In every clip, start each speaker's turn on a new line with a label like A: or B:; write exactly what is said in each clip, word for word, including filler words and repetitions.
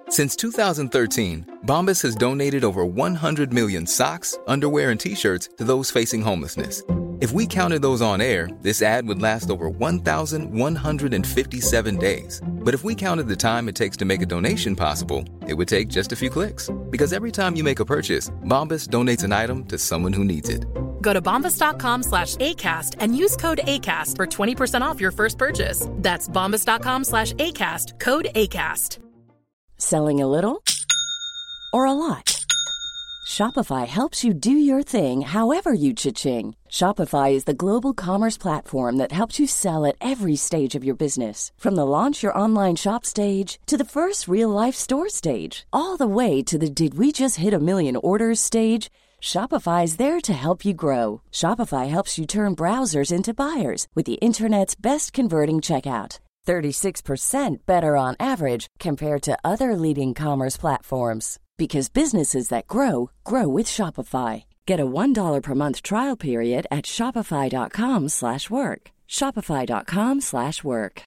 A: Since two thousand thirteen, Bombas has donated over one hundred million socks, underwear, and T-shirts to those facing homelessness. If we counted those on air, this ad would last over one thousand one hundred fifty-seven days. But if we counted the time it takes to make a donation possible, it would take just a few clicks. Because every time you make a purchase, Bombas donates an item to someone who needs it.
B: Go to bombas.com slash ACAST and use code ACAST for twenty percent off your first purchase. That's bombas.com slash ACAST, code ACAST.
C: Selling a little or a lot? Shopify helps you do your thing however you cha-ching. Shopify is the global commerce platform that helps you sell at every stage of your business. From the launch your online shop stage to the first real-life store stage, all the way to the did we just hit a million orders stage. Shopify is there to help you grow. Shopify helps you turn browsers into buyers with the internet's best converting checkout. thirty-six percent better on average compared to other leading commerce platforms. Because businesses that grow, grow with Shopify. Get a one dollar per month trial period at shopify.com slash work. Shopify.com slash work.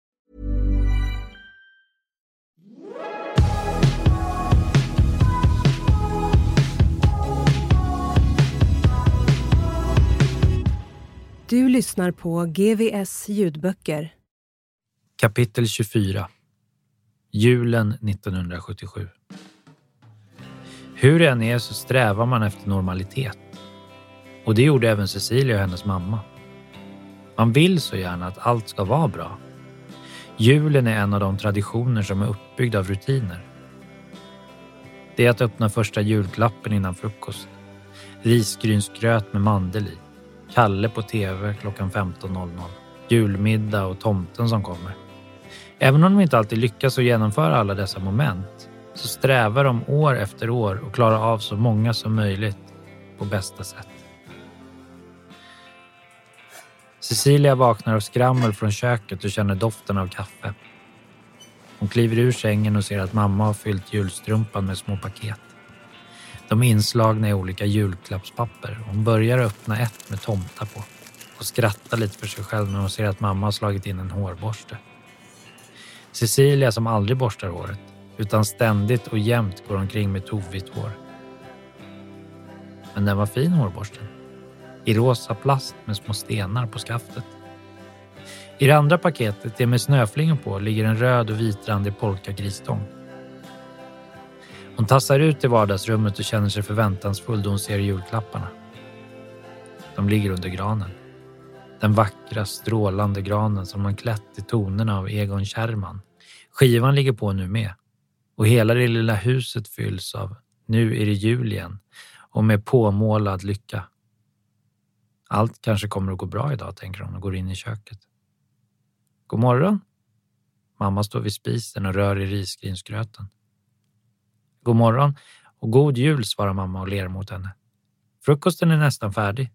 D: Du lyssnar på G V S ljudböcker.
E: Kapitel tjugofyra. Julen nittonhundrasjuttiosju. Hur det än är så strävar man efter normalitet. Och det gjorde även Cecilia och hennes mamma. Man vill så gärna att allt ska vara bra. Julen är en av de traditioner som är uppbyggda av rutiner. Det är att öppna första julklappen innan frukost. Risgrynsgröt med mandel i. Kalle på tv klockan femton noll noll. Julmiddag och tomten som kommer. Även om de inte alltid lyckas att genomföra alla dessa moment, så strävar de år efter år och klarar av så många som möjligt på bästa sätt. Cecilia vaknar av skrammel från köket och känner doften av kaffe. Hon kliver ur sängen och ser att mamma har fyllt julstrumpan med små paket. De är inslagna i olika julklappspapper. Hon börjar öppna ett med tomtar på och skrattar lite för sig själv när hon ser att mamma har slagit in en hårborste. Cecilia, som aldrig borstar håret utan ständigt och jämt går omkring med tovvitt hår. Men den var fin, hårborsten. I rosa plast med små stenar på skaftet. I det andra paketet, det med snöflingor på, ligger en röd och vitrandig polkagrisstång. Hon tassar ut i vardagsrummet och känner sig förväntansfull då hon ser julklapparna. De ligger under granen. Den vackra, strålande granen som man klätt i tonerna av Egon Kärrman. Skivan ligger på nu med. Och hela det lilla huset fylls av "nu är det jul igen" och med påmålad lycka. Allt kanske kommer att gå bra idag, tänker hon och går in i köket. God morgon. Mamma står vid spisen och rör i risgrynsgröten. God morgon och god jul, svarar mamma och ler mot henne. Frukosten är nästan färdig.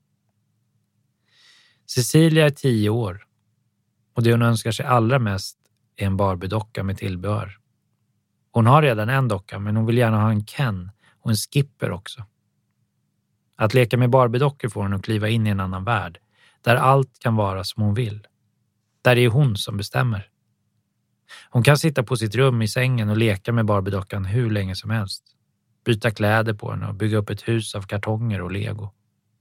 E: Cecilia är tio år och det hon önskar sig allra mest är en Barbie-docka med tillbehör. Hon har redan en docka, men hon vill gärna ha en Ken och en Skipper också. Att leka med Barbie-dockor får hon att kliva in i en annan värld, där allt kan vara som hon vill. Där det är hon som bestämmer. Hon kan sitta på sitt rum i sängen och leka med Barbie-dockan hur länge som helst. Byta kläder på henne och bygga upp ett hus av kartonger och lego.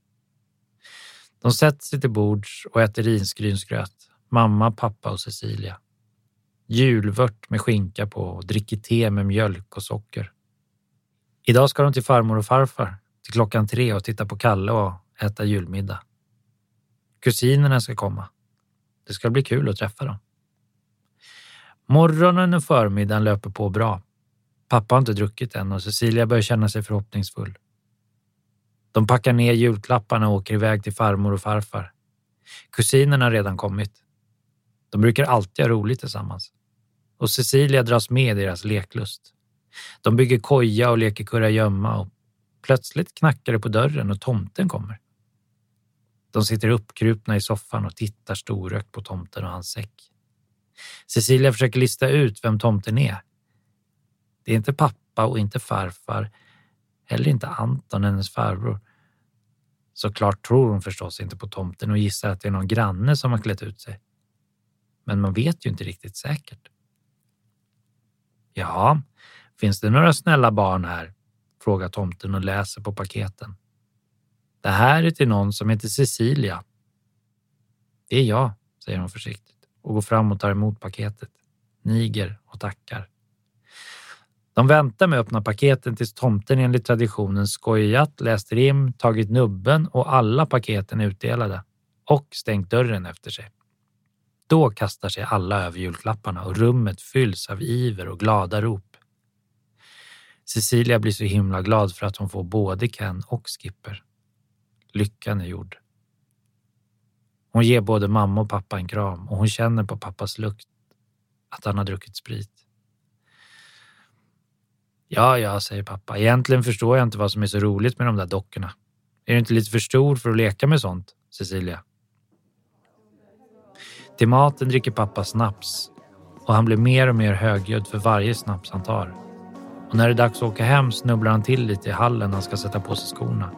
E: De sätter sig till bords och äter risgrynsgröt. Mamma, pappa och Cecilia. Julvört med skinka på och dricker te med mjölk och socker. Idag ska de till farmor och farfar till klockan tre och titta på Kalle och äta julmiddag. Kusinerna ska komma. Det ska bli kul att träffa dem. Morgonen och förmiddagen löper på bra. Pappa har inte druckit än och Cecilia börjar känna sig förhoppningsfull. De packar ner julklapparna och åker iväg till farmor och farfar. Kusinerna har redan kommit. De brukar alltid ha roligt tillsammans. Och Cecilia dras med i deras leklust. De bygger koja och leker kurragömma och plötsligt knackar det på dörren och tomten kommer. De sitter uppkrupna i soffan och tittar storögt på tomten och hans säck. Cecilia försöker lista ut vem tomten är. Det är inte pappa och inte farfar. Heller inte Anton, hennes farbror. Såklart tror hon förstås inte på tomten och gissar att det är någon granne som har klätt ut sig. Men man vet ju inte riktigt säkert. Ja, Finns det några snälla barn här? Frågar tomten och läser på paketen. Det här är till någon som heter Cecilia. Det är jag, säger hon försiktigt och går fram och tar emot paketet. Niger och tackar. De väntar med att öppna paketen tills tomten enligt traditionen skojat, läst rim, tagit nubben och alla paketen är utdelade och stängt dörren efter sig. Då kastar sig alla över julklapparna och rummet fylls av iver och glada rop. Cecilia blir så himla glad för att hon får både Ken och Skipper. Lyckan är gjord. Hon ger både mamma och pappa en kram och hon känner på pappas lukt att han har druckit sprit. Ja, ja, säger pappa. Egentligen förstår jag inte vad som är så roligt med de där dockorna. Är du inte lite för stor för att leka med sånt, Cecilia? Till maten dricker pappa snaps och han blir mer och mer högljudd för varje snaps han tar. Och när det är dags att åka hem snubblar han till lite i hallen när han ska sätta på sig skorna.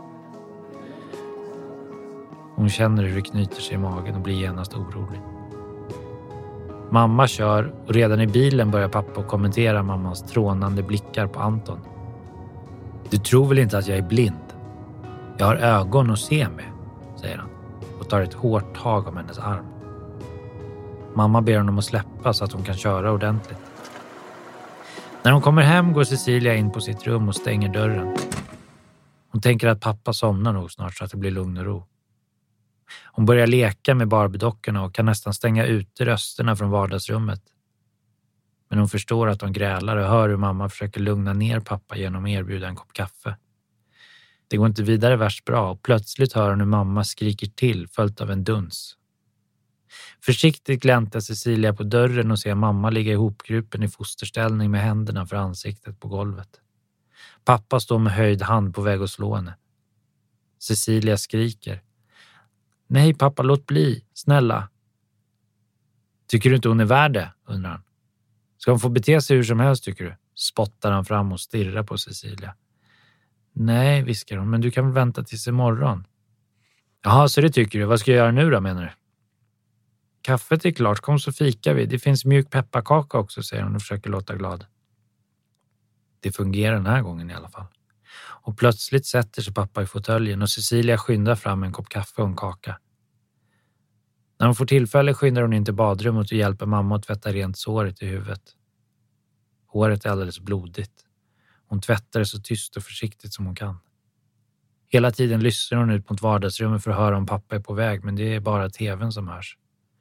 E: Hon känner hur det knyter sig i magen och blir genast orolig. Mamma kör och redan i bilen börjar pappa kommentera mammas trånande blickar på Anton. Du tror väl inte att jag är blind? Jag har ögon att se med, säger han och tar ett hårt tag om hennes arm. Mamma ber honom att släppa så att hon kan köra ordentligt. När hon kommer hem går Cecilia in på sitt rum och stänger dörren. Hon tänker att pappa somnar nog snart så att det blir lugn och ro. Hon börjar leka med Barbie-dockorna och kan nästan stänga ute rösterna från vardagsrummet. Men hon förstår att de grälar och hör hur mamma försöker lugna ner pappa genom att erbjuda en kopp kaffe. Det går inte vidare värst bra och plötsligt hör hon hur mamma skriker till följt av en duns. Försiktigt gläntar Cecilia på dörren och ser mamma ligga ihopgrupen i fosterställning med händerna för ansiktet på golvet. Pappa står med höjd hand på väg att slå henne. Cecilia skriker. Nej pappa, låt bli, snälla. Tycker du inte hon är värd det, undrar han. Ska hon få bete sig hur som helst tycker du? Spottar han fram och stirrar på Cecilia. Nej, viskar hon, men du kan väl vänta tills imorgon. Jaha, så det tycker du. Vad ska jag göra nu då, menar du? Kaffet är klart, kom så fika vi. Det finns mjuk pepparkaka också, säger hon och försöker låta glad. Det fungerar den här gången i alla fall. Och plötsligt sätter sig pappa i fåtöljen och Cecilia skyndar fram en kopp kaffe och en kaka. När hon får tillfälle skyndar hon in till badrummet och hjälper mamma att tvätta rent såret i huvudet. Håret är alldeles blodigt. Hon tvättar det så tyst och försiktigt som hon kan. Hela tiden lyssnar hon ut mot vardagsrummet för att höra om pappa är på väg, men det är bara tvn som hörs.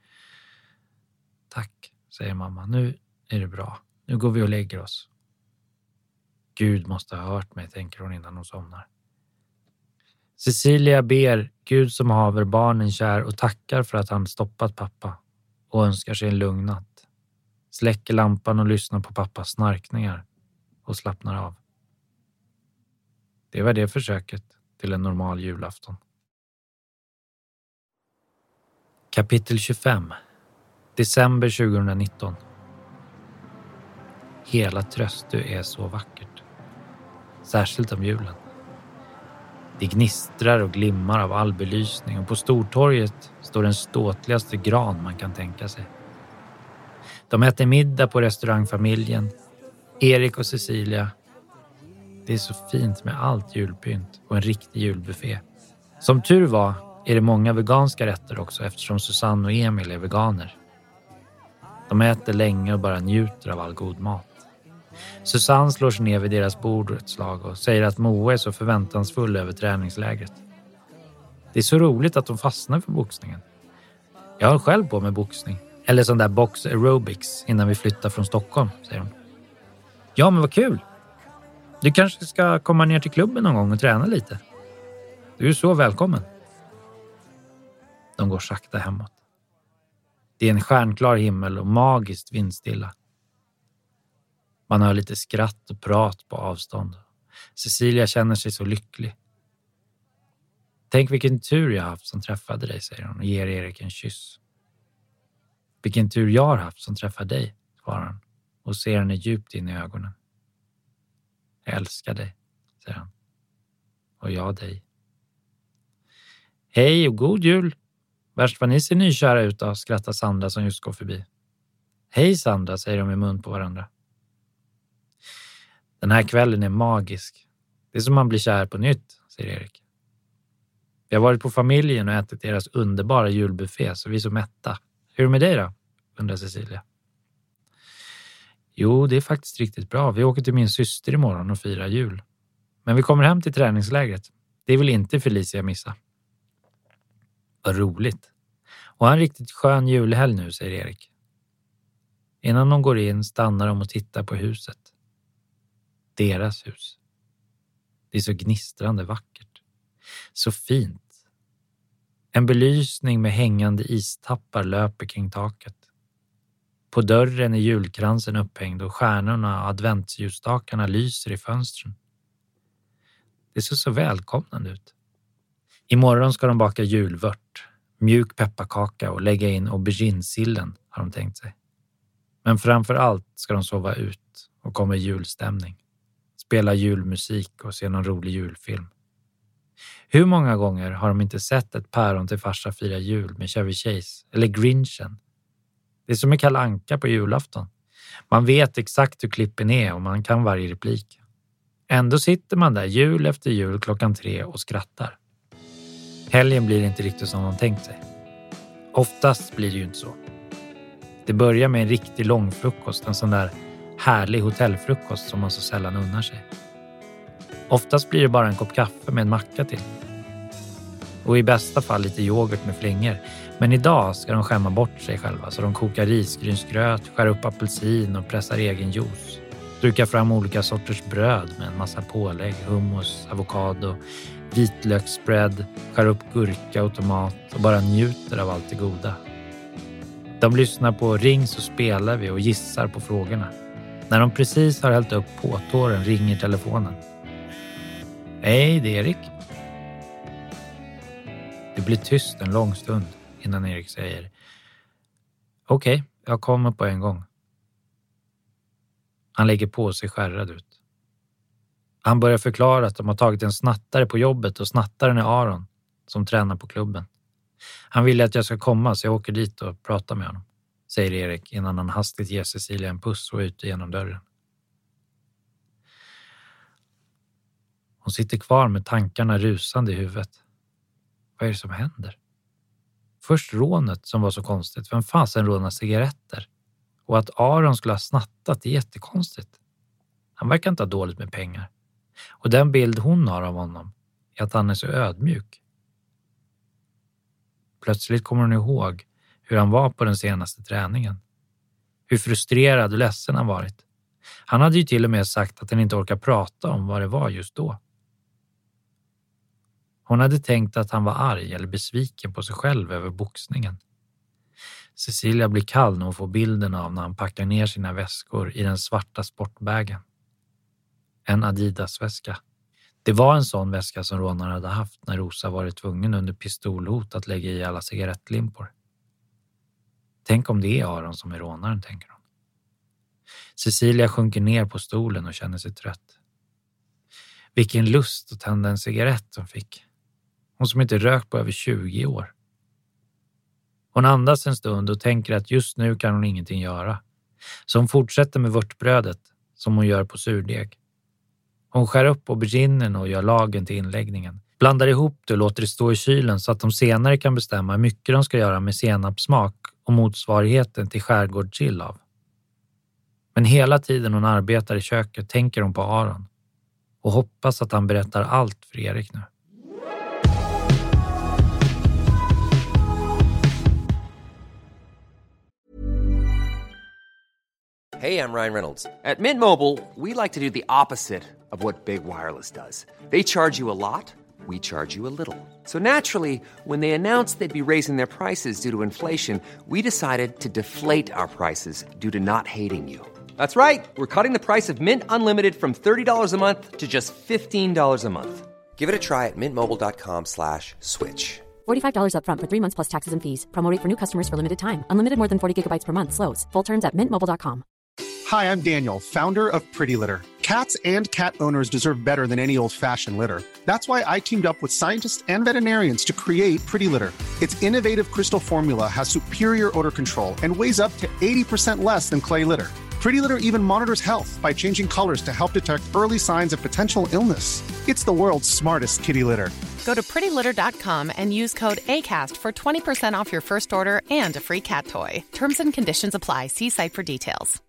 E: Tack, säger mamma. Nu är det bra. Nu går vi och lägger oss. Gud måste ha hört mig, tänker hon innan hon somnar. Cecilia ber Gud som haver barnen kär och tackar för att han stoppat pappa och önskar sig en lugn natt. Släcker lampan och lyssnar på pappas snarkningar och slappnar av. Det var det försöket till en normal julafton. Kapitel tjugofem. December tjugonitton. Hela Tröstö är så vackert. Särskilt om julen. Det gnistrar och glimmar av all belysning och på Stortorget står den ståtligaste gran man kan tänka sig. De äter middag på restaurangfamiljen, Erik och Cecilia. Det är så fint med allt julpynt och en riktig julbuffé. Som tur var är det många veganska rätter också eftersom Susanne och Emil är veganer. De äter länge och bara njuter av all god mat. Susanne slår sig ner vid deras bord ett slag och säger att Moe är så förväntansfull över träningslägret. Det är så roligt att de fastnar för boxningen. Jag har själv på med boxning. Eller sån där box aerobics innan vi flyttar från Stockholm, säger hon. Ja, men vad kul! Du kanske ska komma ner till klubben någon gång och träna lite. Du är så välkommen. De går sakta hemåt. Det är en stjärnklar himmel och magiskt vindstilla. Man hör lite skratt och prat på avstånd. Cecilia känner sig så lycklig. Tänk vilken tur jag har haft som träffade dig, säger hon och ger Erik en kyss. Vilken tur jag har haft som träffade dig, svarar han och ser henne djupt in i ögonen. Jag älskar dig, säger han. Och jag dig. Hej och god jul! Värst vad ni ser nykära ut då, skrattar Sandra som just går förbi. Hej Sandra, säger de i mun på varandra. Den här kvällen är magisk. Det är som man blir kär på nytt, säger Erik. Vi har varit på familjen och ätit deras underbara julbuffé så vi är så mätta. Hur är det med dig då? Undrar Cecilia. Jo, det är faktiskt riktigt bra. Vi åker till min syster imorgon och firar jul. Men vi kommer hem till träningslägret. Det vill inte Felicia missa. Vad roligt. Och han en riktigt skön julhelg nu, säger Erik. Innan de går in stannar de och tittar på huset. Deras hus. Det är så gnistrande vackert. Så fint. En belysning med hängande istappar löper kring taket. På dörren är julkransen upphängd och stjärnorna och adventsljusstakarna lyser i fönstren. Det ser så välkomnande ut. Imorgon ska de baka julvört, mjuk pepparkaka och lägga in auberginesillen, har de tänkt sig. Men framför allt ska de sova ut och komma i julstämning. Spela julmusik och se någon rolig julfilm. Hur många gånger har de inte sett ett päron till farsa fira jul med Chevy Chase eller Grinchen? Det är som med Kalle Anka på julafton. Man vet exakt hur klippen är och man kan varje replik. Ändå sitter man där jul efter jul klockan tre och skrattar. Helgen blir inte riktigt som de tänkt sig. Oftast blir det ju inte så. Det börjar med en riktig långfrukost, en sån där härlig hotellfrukost som man så sällan unnar sig. Oftast blir det bara en kopp kaffe med en macka till. Och i bästa fall lite yoghurt med flingor. Men idag ska de skämma bort sig själva så de kokar risgrynsgröt, skär upp apelsin och pressar egen juice. Dukar fram olika sorters bröd med en massa pålägg, hummus, avokado, vitlöksspread, skär upp gurka och tomat och bara njuter av allt det goda. De lyssnar på Ring så spelar vi och gissar på frågorna. När de precis har hällt upp påtåren ringer telefonen. Hej, det är Erik. Det blir tyst en lång stund innan Erik säger okej, okay, jag kommer på en gång. Han lägger på sig skärrad ut. Han börjar förklara att de har tagit en snattare på jobbet och snattaren är Aron som tränar på klubben. Han vill att jag ska komma så jag åker dit och pratar med honom, säger Erik innan han hastigt ger Cecilia en puss och ut genom dörren. Hon sitter kvar med tankarna rusande i huvudet. Vad är det som händer? Först rånet som var så konstigt. Vem fasen rånar cigaretter? Och att Aron skulle ha snattat är jättekonstigt. Han verkar inte ha dåligt med pengar. Och den bild hon har av honom är att han är så ödmjuk. Plötsligt kommer hon ihåg hur han var på den senaste träningen. Hur frustrerad och ledsen han varit. Han hade ju till och med sagt att han inte orkar prata om vad det var just då. Hon hade tänkt att han var arg eller besviken på sig själv över boxningen. Cecilia blir kall när hon får bilden av när han packar ner sina väskor i den svarta sportbagen. En Adidas-väska. Det var en sån väska som rånaren hade haft när Rosa varit tvungen under pistolhot att lägga i alla cigarettlimpor. Tänk om det är Aron som är rånaren, tänker hon. Cecilia sjunker ner på stolen och känner sig trött. Vilken lust att tända en cigarett hon fick. Hon som inte rökt på över tjugo år. Hon andas en stund och tänker att just nu kan hon ingenting göra. Så hon fortsätter med vörtbrödet som hon gör på surdeg. Hon skär upp auberginen och gör lagen till inläggningen. Blandar ihop det och låter det stå i kylen så att de senare kan bestämma hur mycket de ska göra med senapsmak och motsvarigheten till skärgårdsill av. Men hela tiden hon arbetar i köket tänker hon på Aron. Och hoppas att han berättar allt för Erik nu.
F: Hey, I'm Ryan Reynolds. At Mint Mobile, we like to do the opposite of what Big Wireless does. They charge you a lot, we charge you a little. So naturally, when they announced they'd be raising their prices due to inflation, we decided to deflate our prices due to not hating you. That's right. We're cutting the price of Mint Unlimited from thirty dollars a month to just fifteen dollars a month. Give it a try at mintmobile.com slash switch.
G: forty-five dollars up front for three months plus taxes and fees. Promo rate for new customers for limited time. Unlimited more than forty gigabytes per month. Slows full terms at mint mobile dot com.
H: Hi, I'm Daniel, founder of Pretty Litter. Cats and cat owners deserve better than any old-fashioned litter. That's why I teamed up with scientists and veterinarians to create Pretty Litter. Its innovative crystal formula has superior odor control and weighs up to eighty percent less than clay litter. Pretty Litter even monitors health by changing colors to help detect early signs of potential illness. It's the world's smartest kitty litter.
B: Go to pretty litter dot com and use code ACAST for twenty percent off your first order and a free cat toy. Terms and conditions apply. See site for details.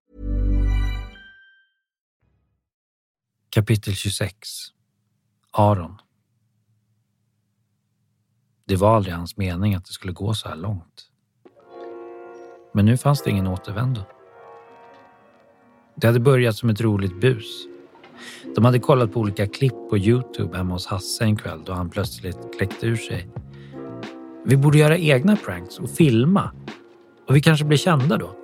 E: Kapitel tjugosex. Aron. Det var aldrig hans mening att det skulle gå så här långt. Men nu fanns det ingen återvändo. Det hade börjat som ett roligt bus. De hade kollat på olika klipp på YouTube hemma hos Hasse en kväll då han plötsligt kläckte ur sig: vi borde göra egna pranks och filma. Och vi kanske blir kända då.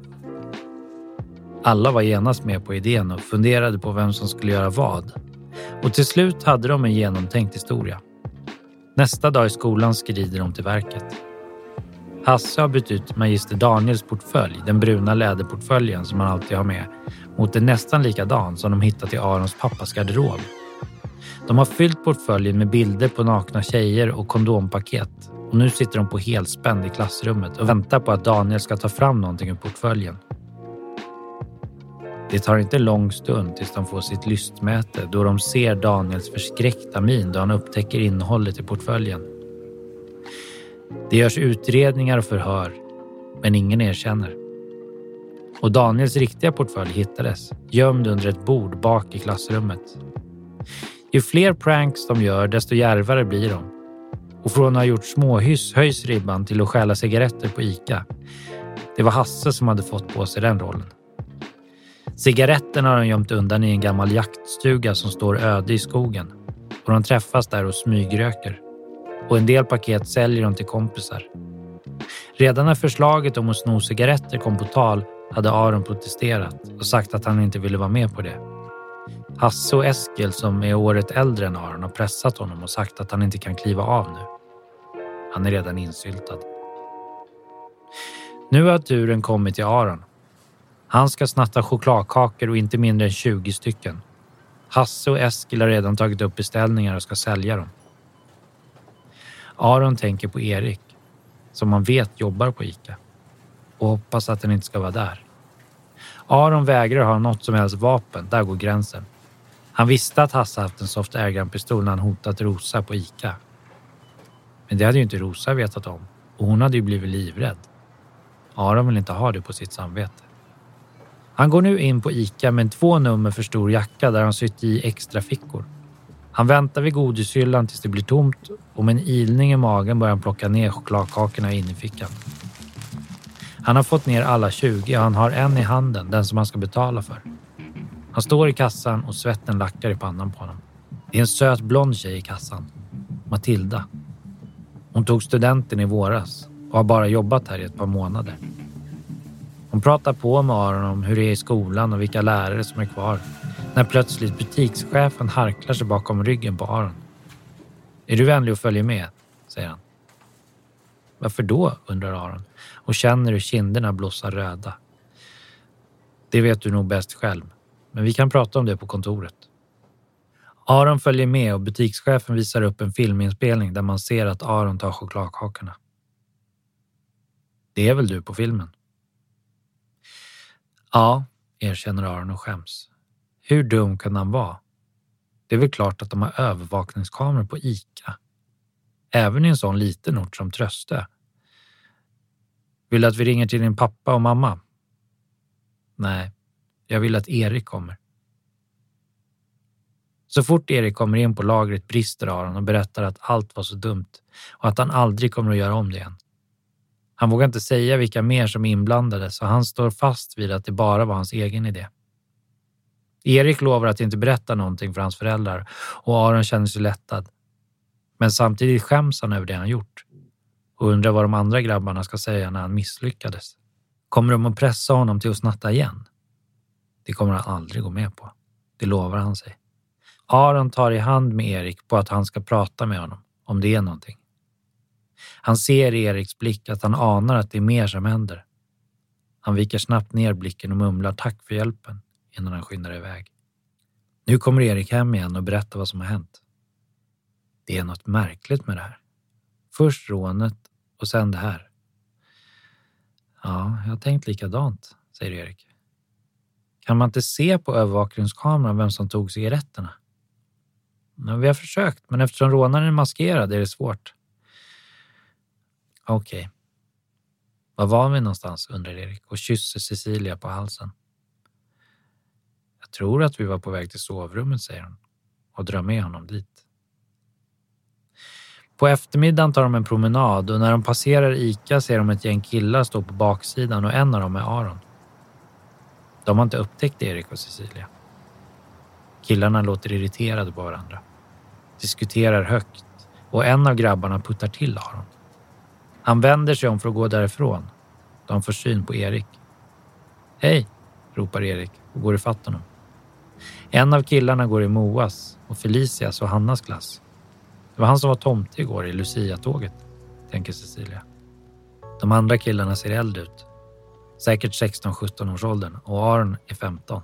E: Alla var genast med på idén och funderade på vem som skulle göra vad. Och till slut hade de en genomtänkt historia. Nästa dag i skolan skrider de till verket. Hasse har bytt ut magister Daniels portfölj, den bruna läderportföljen som han alltid har med, mot en nästan likadan som de hittat i Arons pappas garderob. De har fyllt portföljen med bilder på nakna tjejer och kondompaket, och nu sitter de på helspänn i klassrummet och väntar på att Daniel ska ta fram någonting ur portföljen. Det tar inte lång stund tills de får sitt lystmäte då de ser Daniels förskräckta min då han upptäcker innehållet i portföljen. Det görs utredningar och förhör, men ingen erkänner. Och Daniels riktiga portfölj hittades, gömd under ett bord bak i klassrummet. Ju fler pranks de gör, desto djärvare blir de. Och från att ha gjort småhyss höjs ribban till att stjäla cigaretter på Ica. Det var Hasse som hade fått på sig den rollen. Cigaretterna har de gömt undan i en gammal jaktstuga som står öde i skogen. Och de träffas där och smygröker. Och en del paket säljer de till kompisar. Redan när förslaget om att sno cigaretter kom på tal hade Aron protesterat och sagt att han inte ville vara med på det. Hasse och Eskil, som är året äldre än Aron, har pressat honom och sagt att han inte kan kliva av nu. Han är redan insyltad. Nu har turen kommit till Aron. Han ska snatta chokladkakor och inte mindre än tjugo stycken. Hasse och Eskil har redan tagit upp beställningar och ska sälja dem. Aron tänker på Erik, som man vet jobbar på Ica, och hoppas att den inte ska vara där. Aron vägrar ha något som helst vapen, där går gränsen. Han visste att Hasse haft en soft airgun-pistol när han hotat Rosa på Ica. Men det hade ju inte Rosa vetat om, och hon hade ju blivit livrädd. Aron vill inte ha det på sitt samvete. Han går nu in på Ica med en två nummer för stor jacka där han sytt i extra fickor. Han väntar vid godishyllan tills det blir tomt, och med en ilning i magen börjar han plocka ner chokladkakorna in i fickan. Han har fått ner alla tjugo och han har en i handen, den som han ska betala för. Han står i kassan och svetten lackar i pannan på honom. Det är en söt blond tjej i kassan, Matilda. Hon tog studenten i våras och har bara jobbat här i ett par månader. Hon pratar på med Aron om hur det är i skolan och vilka lärare som är kvar, när plötsligt butikschefen harklar sig bakom ryggen på Aron. Är du vänlig och följer med, säger han. Varför då, undrar Aron, och känner hur kinderna blossar röda. Det vet du nog bäst själv, men vi kan prata om det på kontoret. Aron följer med och butikschefen visar upp en filminspelning där man ser att Aron tar chokladkakorna. Det är väl du på filmen? Ja, erkänner Aron och skäms. Hur dum kan han vara? Det är väl klart att de har övervakningskameror på Ica. Även i en sån liten ort som Tröstö. Vill du att vi ringer till din pappa och mamma? Nej, jag vill att Erik kommer. Så fort Erik kommer in på lagret brister Aron och berättar att allt var så dumt och att han aldrig kommer att göra om det igen. Han vågar inte säga vilka mer som är inblandade, så han står fast vid att det bara var hans egen idé. Erik lovar att inte berätta någonting för hans föräldrar och Aron känner sig lättad. Men samtidigt skäms han över det han gjort och undrar vad de andra grabbarna ska säga när han misslyckades. Kommer de att pressa honom till att snatta igen? Det kommer han aldrig gå med på. Det lovar han sig. Aron tar i hand med Erik på att han ska prata med honom om det är någonting. Han ser i Eriks blick att han anar att det är mer som händer. Han viker snabbt ner blicken och mumlar tack för hjälpen innan han skyndar iväg. Nu kommer Erik hem igen och berättar vad som har hänt. Det är något märkligt med det här. Först rånet och sen det här. Ja, jag har tänkt likadant, säger Erik. Kan man inte se på övervakningskameran vem som tog cigaretterna? Ja, vi har försökt, men eftersom rånaren är maskerad är det svårt. Okej. Okay. Var var vi någonstans, undrar Erik och kysser Cecilia på halsen. Jag tror att vi var på väg till sovrummet, säger hon och drar med honom dit. På eftermiddagen tar de en promenad och när de passerar Ica ser de ett gäng killar stå på baksidan och en av dem är Aron. De har inte upptäckt Erik och Cecilia. Killarna låter irriterade på varandra. Diskuterar högt och en av grabbarna puttar till Aron. Han vänder sig om för att gå därifrån. De får syn på Erik. Hej, ropar Erik och går ifatt honom. En av killarna går i Moas och Felicias och Hannas klass. Det var han som var tomte igår i Lucia-tåget, tänker Cecilia. De andra killarna ser äldre ut. Säkert sexton sjutton års åldern och Aron är femton.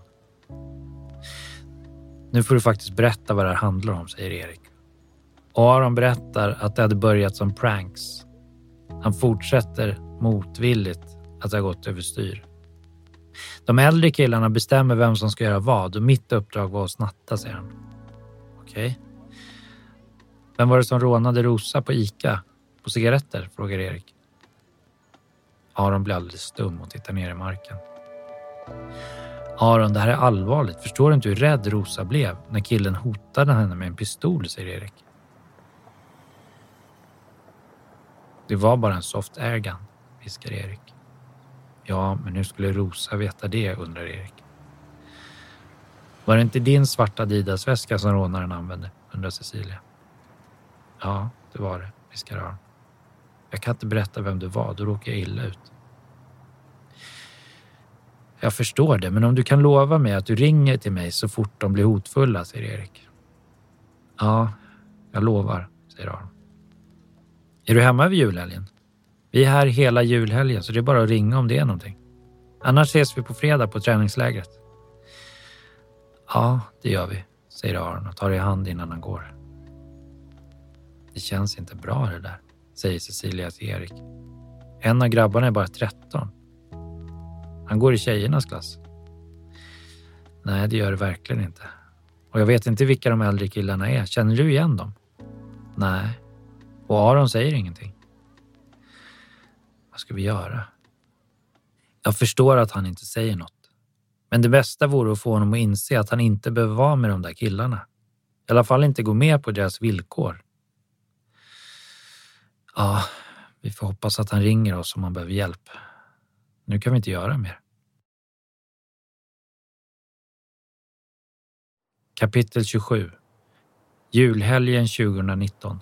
E: Nu får du faktiskt berätta vad det här handlar om, säger Erik. Och Aron berättar att det hade börjat som pranks. Han fortsätter motvilligt att det har gått överstyr. De äldre killarna bestämmer vem som ska göra vad och mitt uppdrag var att snatta, säger han. Okej. Okay. Vem var det som rånade Rosa på Ica på cigaretter, frågar Erik. Aron blir alldeles stum och tittar ner i marken. Aron, det här är allvarligt. Förstår du inte hur rädd Rosa blev när killen hotade henne med en pistol, säger Erik. Det var bara en soft airgun, viskar Erik. Ja, men hur skulle Rosa veta det, undrar Erik. Var det inte din svarta Adidas-väska som rånaren använde, undrar Cecilia. Ja, det var det, viskar Aron. Jag kan inte berätta vem du var, då råkar jag illa ut. Jag förstår det, men om du kan lova mig att du ringer till mig så fort de blir hotfulla, säger Erik. Ja, jag lovar, säger Aron. Är du hemma över julhelgen? Vi är här hela julhelgen så det är bara att ringa om det är någonting. Annars ses vi på fredag på träningslägret. Ja, det gör vi, säger Aron och tar i hand innan han går. Det känns inte bra det där, säger Cecilia till Erik. En av grabbarna är bara tretton. Han går i tjejernas klass. Nej, det gör det verkligen inte. Och jag vet inte vilka de äldre killarna är. Känner du igen dem? Nej. Och Aron säger ingenting. Vad ska vi göra? Jag förstår att han inte säger något. Men det bästa vore att få honom att inse att han inte behöver vara med de där killarna. I alla fall inte gå med på deras villkor. Ja, vi får hoppas att han ringer oss om han behöver hjälp. Nu kan vi inte göra mer. Kapitel tjugosju. Julhelgen tjugonitton.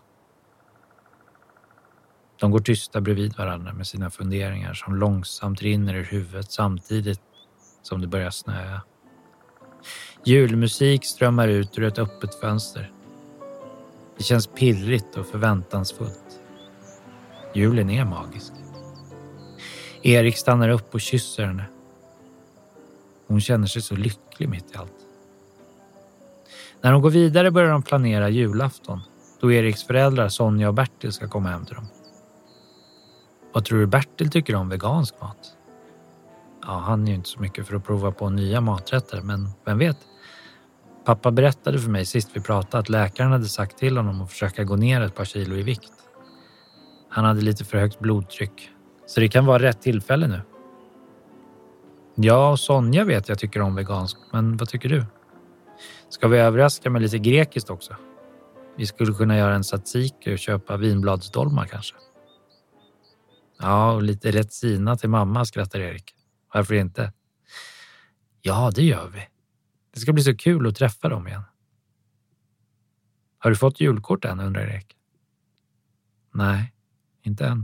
E: De går tysta bredvid varandra med sina funderingar som långsamt rinner ur huvudet samtidigt som det börjar snöa. Julmusik strömmar ut ur ett öppet fönster. Det känns pirrigt och förväntansfullt. Julen är magisk. Erik stannar upp och kysser henne. Hon känner sig så lycklig mitt i allt. När de går vidare börjar de planera julafton, då Eriks föräldrar Sonja och Bertil ska komma hem till dem. Vad tror du Bertil tycker om vegansk mat? Ja, han är ju inte så mycket för att prova på nya maträtter, men vem vet? Pappa berättade för mig sist vi pratade att läkaren hade sagt till honom att försöka gå ner ett par kilo i vikt. Han hade lite för högt blodtryck, så det kan vara rätt tillfälle nu. Ja, och Sonja vet jag tycker om vegansk, men vad tycker du? Ska vi överraska med lite grekiskt också? Vi skulle kunna göra en tzatziki och köpa vinbladsdolmar kanske. Ja, och lite retsina till mamma, skrattar Erik. Varför inte? Ja, det gör vi. Det ska bli så kul att träffa dem igen. Har du fått julkort än, undrar Erik? Nej, inte än.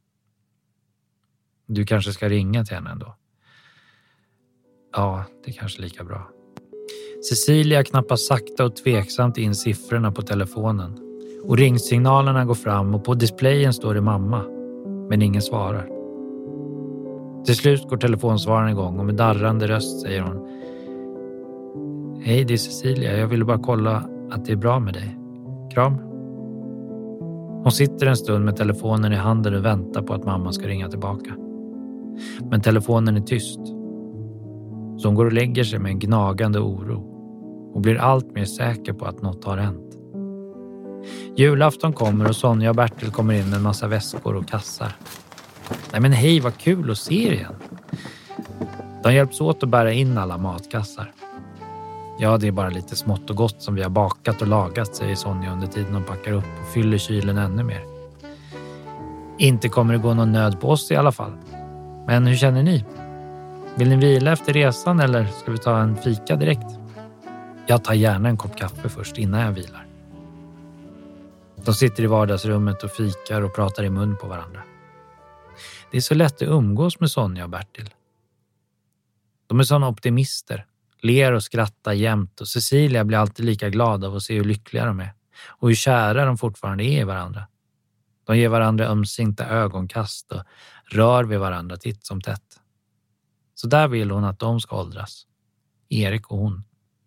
E: Du kanske ska ringa till henne ändå. Ja, det är kanske lika bra. Cecilia knappar sakta och tveksamt in siffrorna på telefonen. Och ringsignalerna går fram och på displayen står det mamma. Men ingen svarar. Till slut går telefonsvararen igång och med darrande röst säger hon: Hej, det är Cecilia. Jag ville bara kolla att det är bra med dig. Kram. Hon sitter en stund med telefonen i handen och väntar på att mamma ska ringa tillbaka. Men telefonen är tyst. Så hon går och lägger sig med en gnagande oro och blir allt mer säker på att något har hänt. Julafton kommer och Sonja och Bertil kommer in med en massa väskor och kassar. Nej men hej, vad kul att se er igen. De hjälps åt att bära in alla matkassar. Ja, det är bara lite smått och gott som vi har bakat och lagat, säger Sonja under tiden de packar upp och fyller kylen ännu mer. Inte kommer det gå någon nöd på oss i alla fall. Men hur känner ni? Vill ni vila efter resan eller ska vi ta en fika direkt? Jag tar gärna en kopp kaffe först innan jag vilar. De sitter i vardagsrummet och fikar och pratar i mun på varandra. Det är så lätt att umgås med Sonja och Bertil. De är såna optimister, ler och skrattar jämt och Cecilia blir alltid lika glad av att se hur lyckliga de är och hur kära de fortfarande är i varandra. De ger varandra ömsinta ögonkast och rör vid varandra titt som tätt. Så där vill hon att de ska åldras. Erik och hon.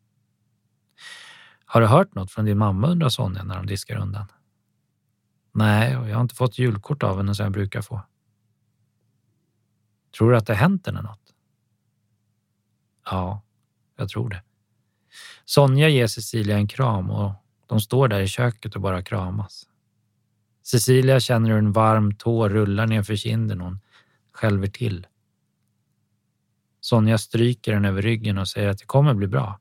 E: Har du hört något från din mamma, undrar Sonja när de diskar undan. Nej, och jag har inte fått julkort av henne som jag brukar få. Tror du att det har hänt henne något? Ja, jag tror det. Sonja ger Cecilia en kram och de står där i köket och bara kramas. Cecilia känner hur en varm tår rullar ner för kinden och hon skälver till. Sonja stryker den över ryggen och säger att det kommer bli bra.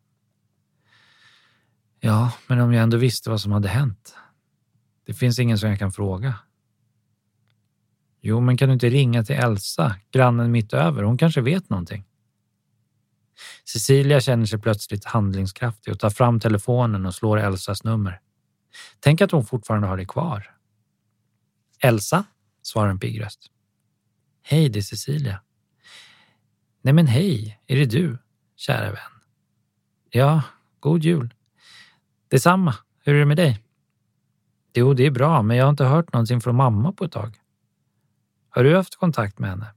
E: Ja, men om jag ändå visste vad som hade hänt. Det finns ingen som jag kan fråga. Jo, men kan du inte ringa till Elsa, grannen mitt över? Hon kanske vet någonting. Cecilia känner sig plötsligt handlingskraftig och tar fram telefonen och slår Elsas nummer. Tänk att hon fortfarande har det kvar. Elsa, svarar en pigg röst. Hej, det är Cecilia. Nej men hej, är det du, kära vän? Ja, god jul. Detsamma, hur är det med dig? Jo, det är bra, men jag har inte hört någonting från mamma på ett tag. Har du haft kontakt med henne?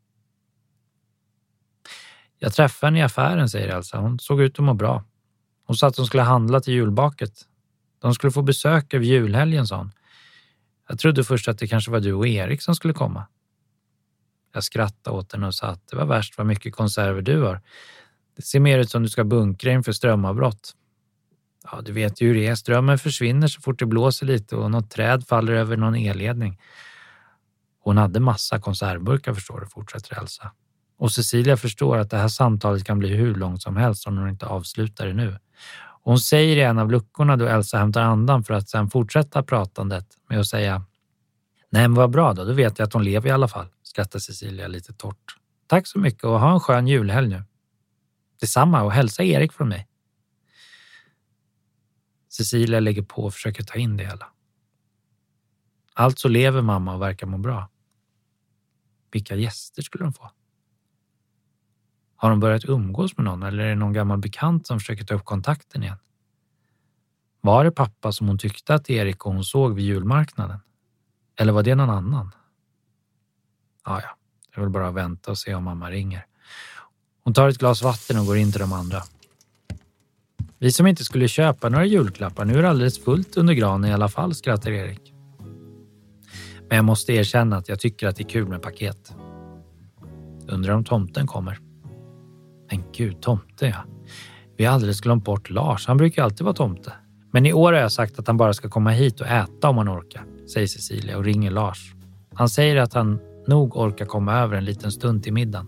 E: Jag träffade henne i affären, säger Elsa. Hon såg ut att må bra. Hon sa att hon skulle handla till julbaket. De skulle få besök av julhelgen, sa hon. Jag trodde först att det kanske var du och Erik som skulle komma. Jag skrattade åt henne och sa att det var värst vad mycket konserver du har. Det ser mer ut som du ska bunkra inför strömavbrott. Ja, du vet ju hur det är. Strömmen försvinner så fort det blåser lite och något träd faller över någon elledning. Hon hade massa konservburkar, förstår du, fortsätter Elsa. Och Cecilia förstår att det här samtalet kan bli hur långt som helst om hon inte avslutar det nu. Och hon säger i en av luckorna då Elsa hämtar andan för att sedan fortsätta pratandet med att säga: nej men vad bra då, då vet jag att hon lever i alla fall, skrattar Cecilia lite torrt. Tack så mycket och ha en skön julhelg nu. Detsamma, och hälsa Erik från mig. Cecilia lägger på och försöker ta in det hela. Alltså lever mamma och verkar må bra. Vilka gäster skulle de få? Har de börjat umgås med någon eller är det någon gammal bekant som försöker ta upp kontakten igen? Var det pappa som hon tyckte att Erik och hon såg vid julmarknaden? Eller var det någon annan? Ja, ja. Det är väl bara att vänta och se om mamma ringer. Hon tar ett glas vatten och går in till de andra. Vi som inte skulle köpa några julklappar, nu är det alldeles fullt under granen i alla fall, skrattar Erik. Men jag måste erkänna att jag tycker att det är kul med paket. Undrar om tomten kommer. Men gud, tomte ja. Vi har alldeles glömt bort Lars, han brukar alltid vara tomte. Men i år har jag sagt att han bara ska komma hit och äta om han orkar, säger Cecilia och ringer Lars. Han säger att han nog orkar komma över en liten stund till middagen.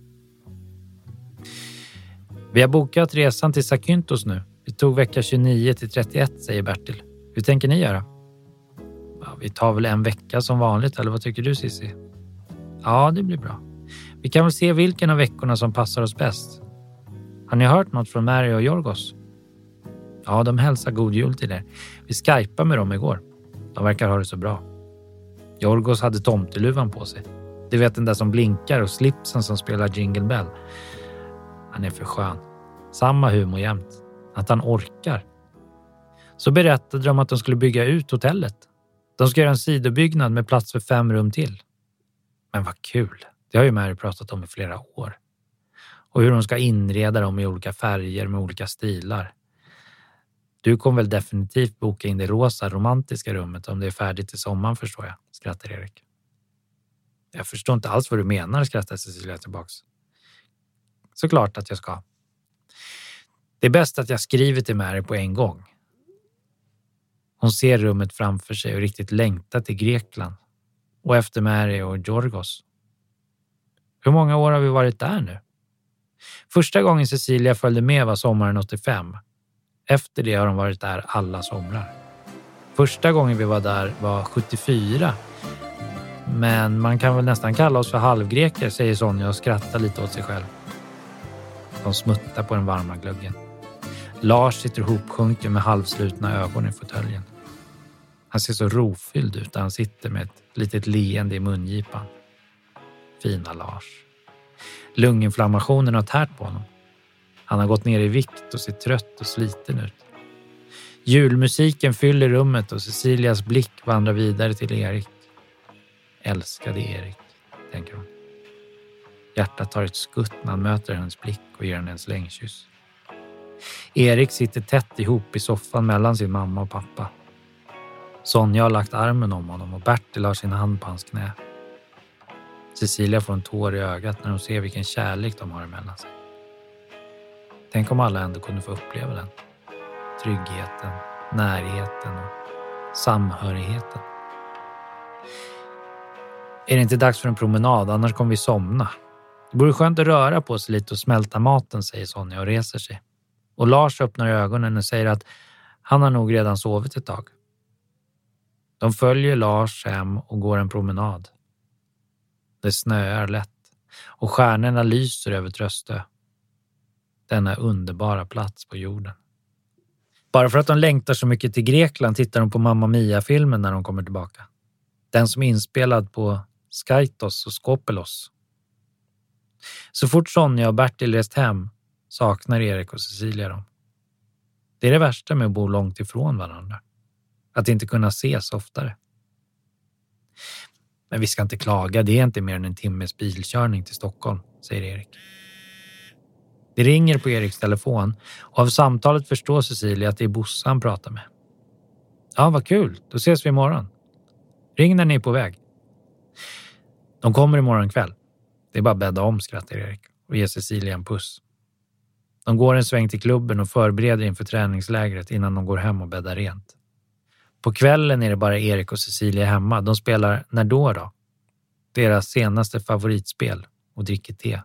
E: Vi har bokat resan till Zakynthos nu. Vi tog vecka tjugonio till trettioett, säger Bertil. Hur tänker ni göra? Ja, vi tar väl en vecka som vanligt, eller vad tycker du, Cissi? Ja, det blir bra. Vi kan väl se vilken av veckorna som passar oss bäst. Har ni hört något från Mary och Jorgos? Ja, de hälsar god jul till er. Vi skypade med dem igår. De verkar ha det så bra. Jorgos hade tomteluvan på sig. Du vet den där som blinkar och slipsen som spelar Jingle Bell. Han är för skön. Samma humor jämt. Att han orkar. Så berättade de att de skulle bygga ut hotellet. De ska göra en sidobyggnad med plats för fem rum till. Men vad kul. Det har ju Mary pratat om i flera år. Och hur de ska inreda dem i olika färger med olika stilar. Du kommer väl definitivt boka in det rosa romantiska rummet om det är färdigt till sommaren, förstår jag, skrattar Erik. Jag förstår inte alls vad du menar, skrattar Cecilia tillbaks. Såklart att jag ska. Det är bäst att jag skriver till Mary på en gång. Hon ser rummet framför sig och riktigt längtar till Grekland. Och efter Mary och Georgos. Hur många år har vi varit där nu? Första gången Cecilia följde med var sommaren åttiofem. Efter det har de varit där alla somrar. Första gången vi var där var sjuttiofyra. Men man kan väl nästan kalla oss för halvgreker, säger Sonja och skrattar lite åt sig själv. De smuttar på den varma glöggen. Lars sitter hopsjunken med halvslutna ögon i fåtöljen. Han ser så rofylld ut där han sitter med ett litet leende i mungipan. Fina Lars. Lunginflammationen har tärt på honom. Han har gått ner i vikt och ser trött och sliten ut. Julmusiken fyller rummet och Cecilias blick vandrar vidare till Erik. Älskade Erik, tänker hon. Hjärtat tar ett skutt när han möter hennes blick och ger henne en slängkyss. Erik sitter tätt ihop i soffan mellan sin mamma och pappa. Sonja har lagt armen om honom och Bertil har sin hand på hans knä. Cecilia får en tår i ögat när hon ser vilken kärlek de har emellan sig. Tänk om alla ändå kunde få uppleva den. Tryggheten, närheten och samhörigheten. Är det inte dags för en promenad, annars kommer vi somna. Det vore skönt att röra på sig lite och smälta maten, säger Sonja och reser sig. Och Lars öppnar ögonen och säger att han har nog redan sovit ett tag. De följer Lars hem och går en promenad. Det snöar lätt och stjärnorna lyser över Tröstö. Denna underbara plats på jorden. Bara för att de längtar så mycket till Grekland tittar de på Mamma Mia-filmen när de kommer tillbaka. Den som är inspelad på Skaitos och Skopelos. Så fort Sonja och Bertil rest hem saknar Erik och Cecilia dem. Det är det värsta med att bo långt ifrån varandra. Att inte kunna ses oftare. Men vi ska inte klaga, det är inte mer än en timmes bilkörning till Stockholm, säger Erik. Det ringer på Eriks telefon och av samtalet förstår Cecilia att det är Bosse han pratar med. Ja, vad kul, då ses vi imorgon. Ring när ni är på väg. De kommer imorgon kväll. Det är bara att bädda om, skrattar Erik och ger Cecilia en puss. De går en sväng till klubben och förbereder inför träningslägret innan de går hem och bäddar rent. På kvällen är det bara Erik och Cecilia hemma. De spelar När då då? Deras senaste favoritspel och dricker te.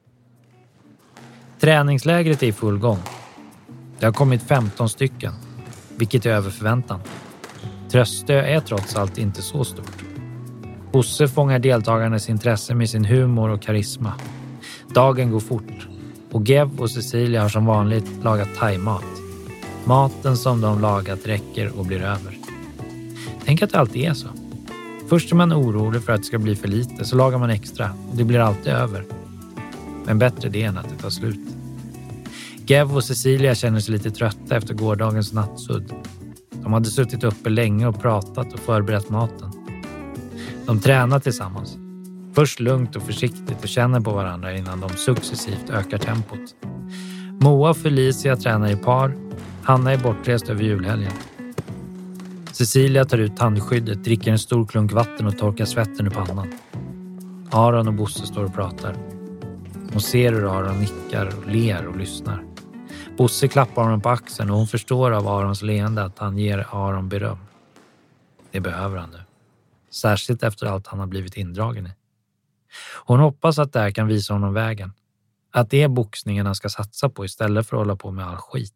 E: Träningslägret är i full gång. Det har kommit femton stycken, vilket är över förväntan. Tröstö är trots allt inte så stort. Bosse fångar deltagarnas intresse med sin humor och karisma. Dagen går fort och Gev och Cecilia har som vanligt lagat thaimat. Maten som de lagat räcker och blir över. Tänk att det alltid är så. Först är man orolig för att det ska bli för lite, så lagar man extra och det blir alltid över. Men bättre det än att det tar slut. Gev och Cecilia känner sig lite trötta efter gårdagens nattsudd. De hade suttit uppe länge och pratat och förberett maten. De tränar tillsammans. Först lugnt och försiktigt och känner på varandra innan de successivt ökar tempot. Moa och Felicia tränar i par. Hanna är bortrest över julhelgen. Cecilia tar ut tandskyddet, dricker en stor klunk vatten och torkar svetten ur pannan. Aron och Bosse står och pratar. Hon ser hur Aron nickar och ler och lyssnar. Bosse klappar honom på axeln och hon förstår av Arons leende att han ger Aron beröm. Det behöver han nu. Särskilt efter allt han har blivit indragen i. Hon hoppas att det här kan visa honom vägen. Att det är boxningen han ska satsa på istället för att hålla på med all skit.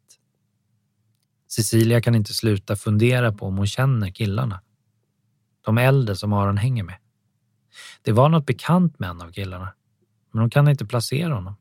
E: Cecilia kan inte sluta fundera på om hon känner killarna. De äldre som Aron hänger med. Det var något bekant med en av killarna. Men hon kan inte placera honom.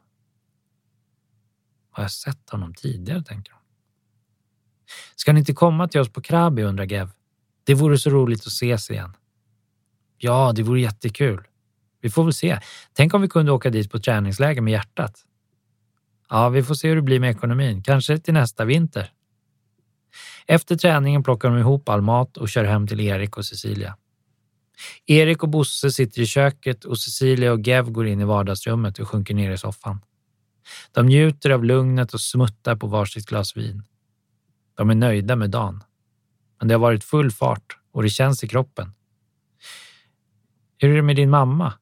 E: Har jag sett honom tidigare, tänker hon. Ska ni inte komma till oss på Krabi, undrar Gev. Det vore så roligt att ses igen. Ja, det vore jättekul. Vi får väl se. Tänk om vi kunde åka dit på träningsläger med hjärtat. Ja, vi får se hur det blir med ekonomin. Kanske till nästa vinter. Efter träningen plockar de ihop all mat och kör hem till Erik och Cecilia. Erik och Bosse sitter i köket och Cecilia och Gev går in i vardagsrummet och sjunker ner i soffan. De njuter av lugnet och smuttar på varsitt glas vin. De är nöjda med dagen. Men det har varit full fart och det känns i kroppen. Hur är det med din mamma?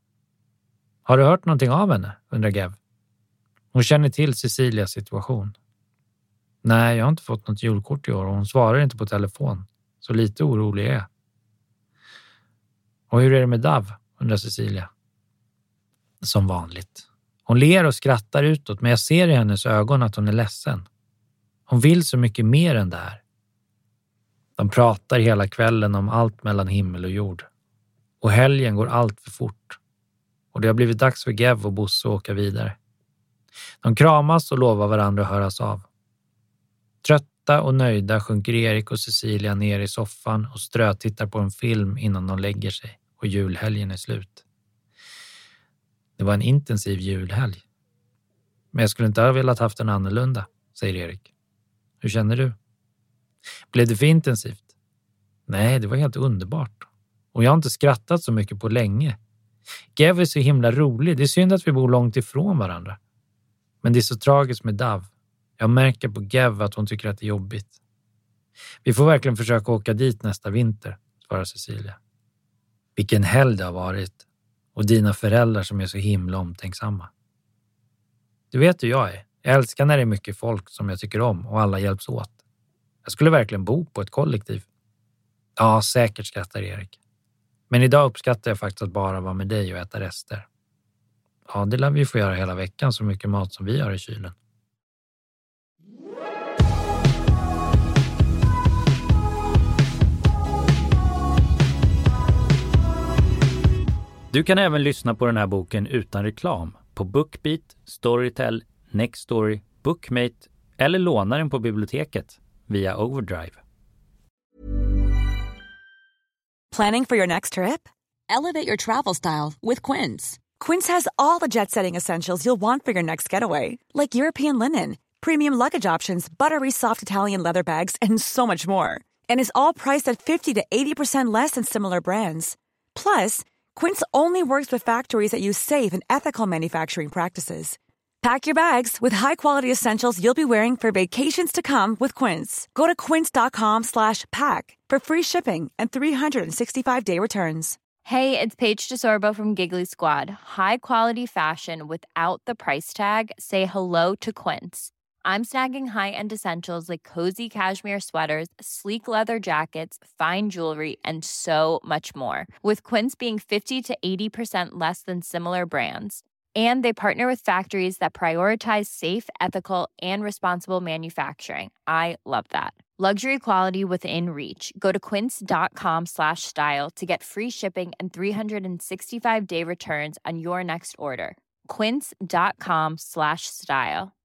E: Har du hört någonting av henne? Undrar Gev. Hon känner till Cecilias situation. Nej, jag har inte fått något julkort i år och hon svarar inte på telefon. Så lite orolig är jag. Och hur är det med Dav, undrar Cecilia. Som vanligt. Hon ler och skrattar utåt, men jag ser i hennes ögon att hon är ledsen. Hon vill så mycket mer än det här. De pratar hela kvällen om allt mellan himmel och jord. Och helgen går allt för fort. Och det har blivit dags för Gev och Bosse att åka vidare. De kramas och lovar varandra att höras av. Trötta och nöjda sjunker Erik och Cecilia ner i soffan och strötittar på en film innan de lägger sig och julhelgen är slut. Det var en intensiv julhelg. Men jag skulle inte ha velat haft en annorlunda, säger Erik. Hur känner du? Blev det för intensivt? Nej, det var helt underbart. Och jag har inte skrattat så mycket på länge. Gev är så himla rolig. Det är synd att vi bor långt ifrån varandra. Men det är så tragiskt med Dav. Jag märker på Gev att hon tycker att det är jobbigt. Vi får verkligen försöka åka dit nästa vinter, svarar Cecilia. Vilken helg det har varit. Och dina föräldrar som är så himla omtänksamma. Du vet hur jag är. Jag älskar när det är mycket folk som jag tycker om och alla hjälps åt. Jag skulle verkligen bo på ett kollektiv. Ja, säkert, skrattar Erik. Men idag uppskattar jag faktiskt att bara vara med dig och äta rester. Ja, det lär vi få göra hela veckan, så mycket mat som vi har i kylen.
I: Du kan även lyssna på den här boken utan reklam på BookBeat, Storytel, Nextory, Bookmate eller låna den på biblioteket via Overdrive.
J: Planning for your next trip? Elevate your travel style with Quince. Quince has all the jet-setting essentials you'll want for your next getaway, like European linen, premium luggage options, buttery soft Italian leather bags, and so much more. And is all priced at fifty to eighty percent less than similar brands. Plus, Quince only works with factories that use safe and ethical manufacturing practices. Pack your bags with high-quality essentials you'll be wearing for vacations to come with Quince. Go to quince.com slash pack for free shipping and three sixty-five day returns.
K: Hey, it's Paige DeSorbo from Giggly Squad. High quality fashion without the price tag. Say hello to Quince. I'm snagging high-end essentials like cozy cashmere sweaters, sleek leather jackets, fine jewelry, and so much more. With Quince being fifty to eighty percent less than similar brands. And they partner with factories that prioritize safe, ethical, and responsible manufacturing. I love that. Luxury quality within reach. Go to quince.com slash style to get free shipping and three sixty-five day returns on your next order. Quince.com slash style.